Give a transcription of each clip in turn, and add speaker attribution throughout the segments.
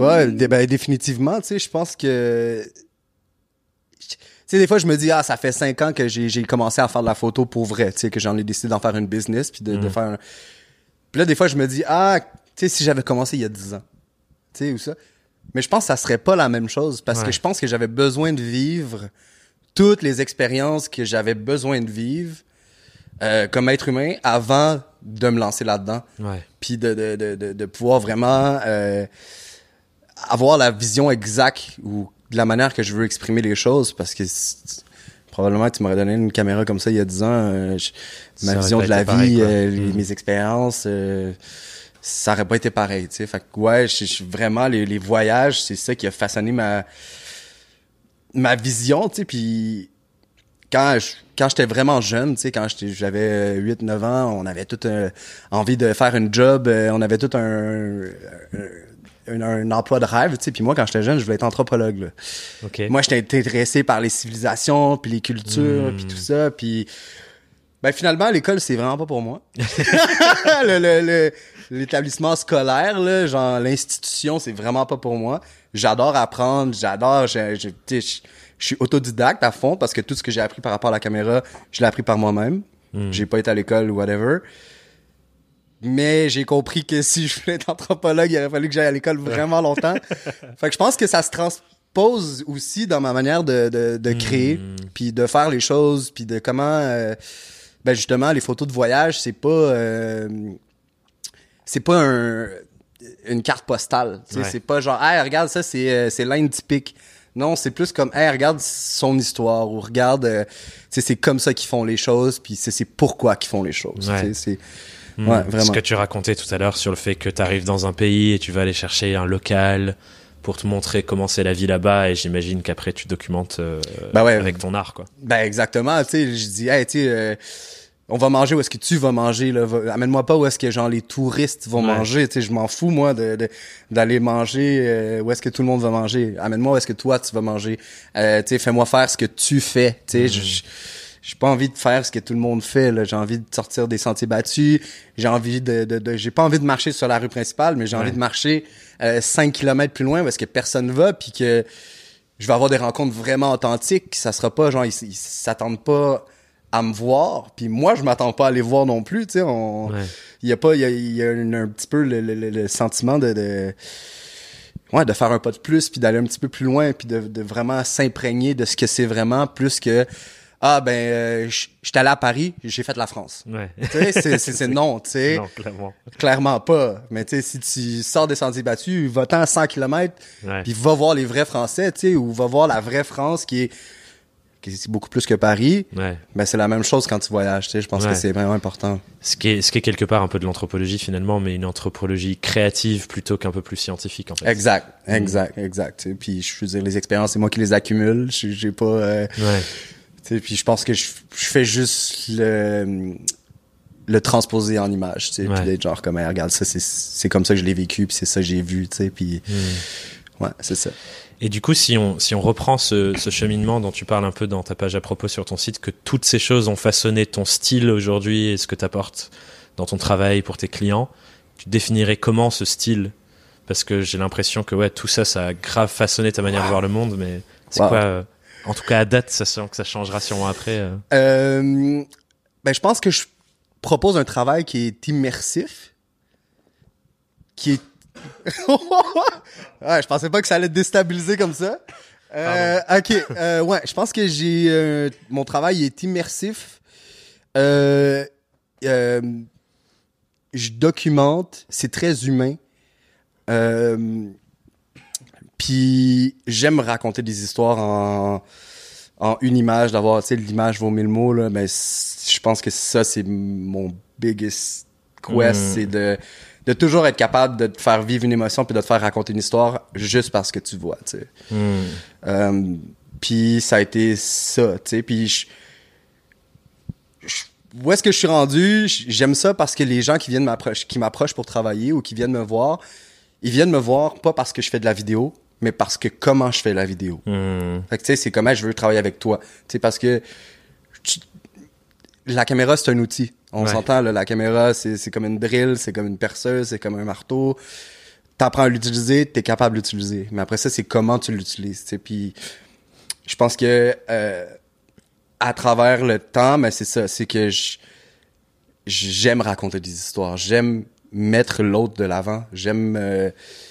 Speaker 1: Ouais, définitivement, tu sais, je pense que... Tu sais, des fois, je me dis, ça fait 5 ans que j'ai commencé à faire de la photo pour vrai, tu sais, que j'en ai décidé d'en faire une business, puis de faire un... Puis là, des fois, je me dis, tu sais, si j'avais commencé il y a 10 ans, tu sais, ou ça. Mais je pense que ça serait pas la même chose, parce que je pense que j'avais besoin de vivre toutes les expériences que j'avais besoin de vivre comme être humain avant de me lancer là-dedans. Puis de pouvoir vraiment avoir la vision exacte ou de la manière que je veux exprimer les choses, parce que probablement tu m'aurais donné une caméra comme ça il y a 10 ans, ma vision de la vie, mes expériences, ça aurait pas été pareil, tu sais. Fait que ouais, vraiment les voyages, c'est ça qui a façonné ma vision, tu sais. Puis quand j'étais vraiment jeune, tu sais, quand j'avais 8-9 ans, on avait tout envie de faire une job, on avait tout un emploi de rêve, tu sais. Puis moi, quand j'étais jeune, je voulais être anthropologue, là. Moi, j'étais intéressé par les civilisations, puis les cultures, puis tout ça. Puis finalement, l'école, c'est vraiment pas pour moi. L'établissement scolaire, là, genre l'institution, c'est vraiment pas pour moi. J'adore apprendre, je suis autodidacte à fond, parce que tout ce que j'ai appris par rapport à la caméra, je l'ai appris par moi-même. J'ai pas été à l'école ou whatever. Mais j'ai compris que si je voulais être anthropologue, il aurait fallu que j'aille à l'école vraiment longtemps. Fait que je pense que ça se transpose aussi dans ma manière de créer, puis de faire les choses, puis de comment... justement, les photos de voyage, c'est pas une carte postale. C'est pas genre, hey, regarde, ça, c'est l'Inde typique. Non, c'est plus comme, hey, regarde son histoire, ou regarde, c'est comme ça qu'ils font les choses, puis c'est pourquoi qu'ils font les choses. C'est vraiment.
Speaker 2: Ce que tu racontais tout à l'heure sur le fait que tu arrives dans un pays et tu vas aller chercher un local pour te montrer comment c'est la vie là-bas, et j'imagine qu'après tu documentes avec ton art, quoi.
Speaker 1: Exactement, tu sais, je dis, hey, tu sais, on va manger où est-ce que tu vas manger, là. Amène-moi pas où est-ce que, genre, les touristes vont manger, tu sais, je m'en fous, moi, d'aller manger où est-ce que tout le monde va manger. Amène-moi où est-ce que toi, tu vas manger. Tu sais, fais-moi faire ce que tu fais, tu sais, j'ai pas envie de faire ce que tout le monde fait, là. J'ai envie de sortir des sentiers battus. J'ai envie j'ai pas envie de marcher sur la rue principale, mais j'ai envie de marcher 5 kilomètres plus loin parce que personne va, puis que je vais avoir des rencontres vraiment authentiques. Ça sera pas, genre, ils s'attendent pas à me voir, puis moi, je m'attends pas à les voir non plus, tu sais. Il y a un petit peu le sentiment de faire un pas de plus, puis d'aller un petit peu plus loin, puis de vraiment s'imprégner de ce que c'est vraiment, plus que j'étais allé à Paris, j'ai fait la France. Tu sais, c'est non, tu sais.
Speaker 2: Non,
Speaker 1: clairement pas. Mais tu sais, si tu sors des sentiers battus, va-t'en à 100 km, puis va voir les vrais Français, tu sais, ou va voir la vraie France qui est beaucoup plus que Paris. C'est la même chose quand tu voyages, tu sais. Je pense que c'est vraiment important.
Speaker 2: Ce qui est quelque part un peu de l'anthropologie finalement, mais une anthropologie créative plutôt qu'un peu plus scientifique, en fait.
Speaker 1: Exact. Tu sais. Puis je veux dire, les expériences, c'est moi qui les accumule. J'ai pas... Puis je pense que je fais juste le transposer en image, tu sais, puis d'être genre comme, hey, regarde, ça, c'est comme ça que je l'ai vécu, puis c'est ça que j'ai vu, tu sais, puis c'est ça.
Speaker 2: Et du coup, si on reprend ce cheminement dont tu parles un peu dans ta page à propos sur ton site, que toutes ces choses ont façonné ton style aujourd'hui et ce que tu apportes dans ton travail pour tes clients, tu définirais comment ce style? Parce que j'ai l'impression que tout ça a grave façonné ta manière de voir le monde, mais c'est quoi en tout cas, à date, ça sent que ça changera sûrement après.
Speaker 1: Je pense que je propose un travail qui est immersif, qui est... je pensais pas que ça allait te déstabiliser comme ça. OK. Je pense que mon travail est immersif. Je documente. C'est très humain. Puis j'aime raconter des histoires en une image, d'avoir, tu sais, l'image vaut 1000 mots, là. Mais je pense que ça, c'est mon biggest quest, c'est de toujours être capable de te faire vivre une émotion puis de te faire raconter une histoire juste parce que tu vois, tu sais. Puis ça a été ça, tu sais. Puis où est-ce que je suis rendu? J'aime ça parce que les gens qui m'approchent pour travailler ou qui viennent me voir, ils viennent me voir pas parce que je fais de la vidéo, mais parce que comment je fais la vidéo. Fait que tu sais, c'est comment je veux travailler avec toi. Tu sais, parce que la caméra, c'est un outil. On s'entend, là, la caméra, c'est comme une drill, c'est comme une perceuse, c'est comme un marteau. t'apprends à l'utiliser, t'es capable de l'utiliser. Mais après ça, c'est comment tu l'utilises, tu sais. Puis je pense que à travers le temps, mais c'est ça, c'est que j'aime raconter des histoires, j'aime mettre l'autre de l'avant, j'aime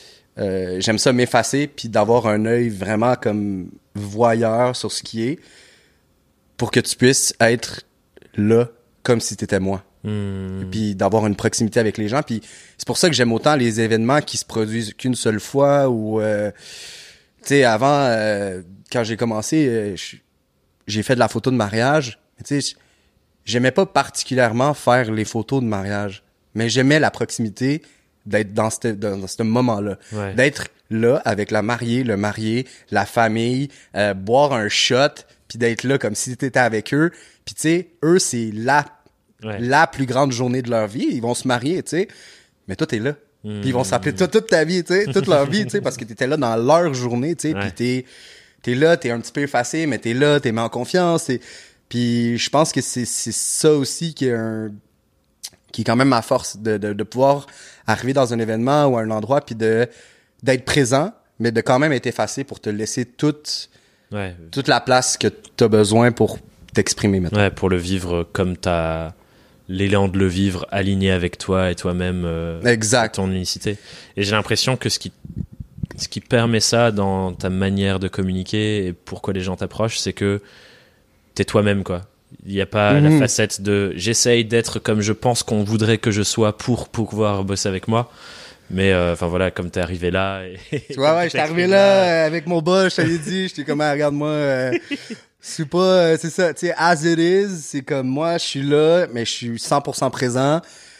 Speaker 1: ça m'effacer puis d'avoir un œil vraiment comme voyeur sur ce qui est pour que tu puisses être là comme si t'étais moi. Puis d'avoir une proximité avec les gens. Puis c'est pour ça que j'aime autant les événements qui se produisent qu'une seule fois ou tu sais, avant quand j'ai commencé j'ai fait de la photo de mariage. Tu sais, j'aimais pas particulièrement faire les photos de mariage, mais j'aimais la proximité d'être dans ce moment-là.
Speaker 2: Ouais.
Speaker 1: D'être là avec la mariée, le marié, la famille, boire un shot, puis d'être là comme si t'étais avec eux. Puis tu sais, eux, c'est la plus grande journée de leur vie. Ils vont se marier, tu sais. Mais toi, t'es là. Puis ils vont s'appeler toute ta vie, tu sais, toute leur vie, tu sais, parce que t'étais là dans leur journée, tu sais. Puis t'es là, t'es un petit peu effacé, mais t'es là, t'es mis en confiance. Puis je pense que c'est ça aussi qui est quand même ma force de pouvoir arriver dans un événement ou à un endroit puis d'être présent, mais de quand même être effacé pour te laisser toute la place que t'as besoin pour t'exprimer maintenant.
Speaker 2: Ouais, pour le vivre comme t'as l'élan de le vivre aligné avec toi et toi-même.
Speaker 1: Exact.
Speaker 2: Ton unicité. Et j'ai l'impression que ce qui permet ça dans ta manière de communiquer et pourquoi les gens t'approchent, c'est que t'es toi-même, quoi. Il n'y a pas la facette de j'essaye d'être comme je pense qu'on voudrait que je sois pour pouvoir bosser avec moi. Mais enfin voilà, comme t'es arrivé là.
Speaker 1: Tu vois, ouais, j'étais arrivé là avec mon bas, je t'avais dit, j'étais comme, regarde-moi, c'est pas, c'est ça, tu sais, as it is, c'est comme moi, je suis là, mais je suis 100% présent.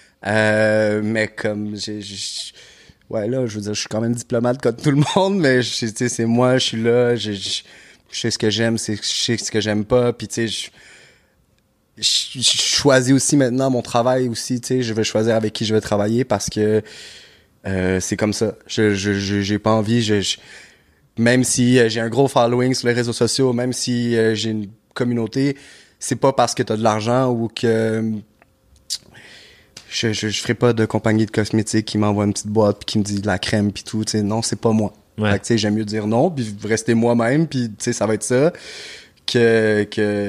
Speaker 1: Mais comme ouais, là, je veux dire, je suis quand même diplomate comme tout le monde, mais tu sais, c'est moi, je suis là, je sais ce que j'aime, je sais ce que j'aime pas, puis tu sais, je choisis aussi maintenant mon travail aussi, tu sais, je vais choisir avec qui je vais travailler parce que c'est comme ça. J'ai pas envie, même si j'ai un gros following sur les réseaux sociaux, même si j'ai une communauté, c'est pas parce que t'as de l'argent ou que je ferai pas de compagnie de cosmétiques qui m'envoie une petite boîte puis qui me dit de la crème puis tout, tu sais, non, c'est pas moi.
Speaker 2: Ouais.
Speaker 1: Fait que tu sais, j'aime mieux dire non puis rester moi-même puis tu sais, ça va être ça que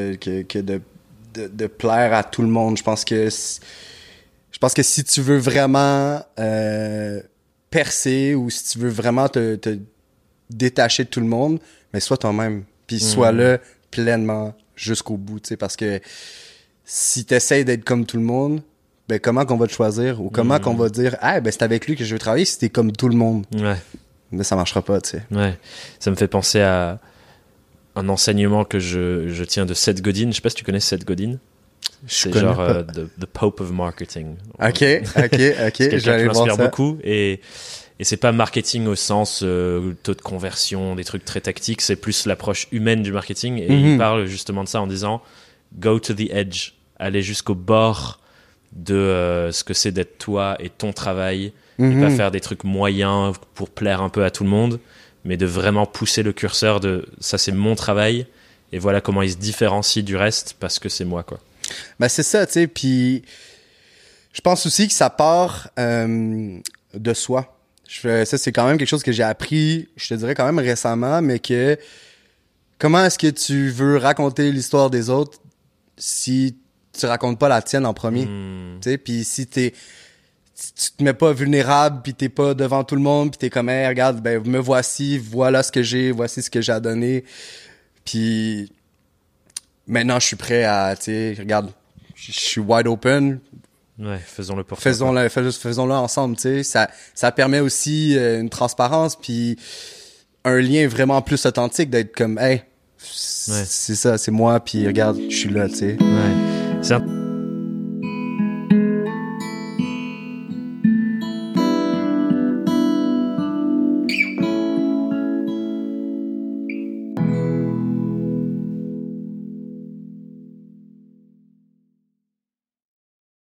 Speaker 1: de plaire à tout le monde. Je pense que si tu veux vraiment percer ou si tu veux vraiment te détacher de tout le monde, mais sois toi-même puis sois là pleinement jusqu'au bout, tu sais, parce que si t'essayes d'être comme tout le monde, ben comment qu'on va te choisir ou comment qu'on va dire ben c'est avec lui que je veux travailler si t'es comme tout le monde.
Speaker 2: Ouais.
Speaker 1: Mais ça marchera pas, tu sais.
Speaker 2: Ouais. Ça me fait penser à un enseignement que je tiens de Seth Godin. Je sais pas si tu connais Seth Godin. C'est genre the Pope of Marketing.
Speaker 1: Ok.
Speaker 2: C'est quelqu'un qui m'inspire
Speaker 1: ça.
Speaker 2: beaucoup et c'est pas marketing au sens taux de conversion, des trucs très tactiques, c'est plus l'approche humaine du marketing et il parle justement de ça en disant go to the edge, aller jusqu'au bord de ce que c'est d'être toi et ton travail et pas faire des trucs moyens pour plaire un peu à tout le monde, mais de vraiment pousser le curseur de ça c'est mon travail et voilà comment il se différencie du reste parce que c'est moi, quoi.
Speaker 1: Ben c'est ça, tu sais, puis je pense aussi que ça part de soi. Ça, c'est quand même quelque chose que j'ai appris, je te dirais quand même récemment, mais que comment est-ce que tu veux raconter l'histoire des autres si tu racontes pas la tienne en premier? Tu sais, puis si tu te mets pas vulnérable, puis t'es pas devant tout le monde, puis t'es comme hey, regarde, ben me voici, voilà ce que j'ai, voici ce que j'ai à donner. Puis maintenant je suis prêt à, tu sais, regarde, je suis wide open.
Speaker 2: Ouais, faisons-le pour
Speaker 1: faisons-le ensemble, tu sais. Ça permet aussi une transparence puis un lien vraiment plus authentique d'être comme hey, c'est ça, c'est moi puis regarde, je suis là, tu sais.
Speaker 2: Ouais.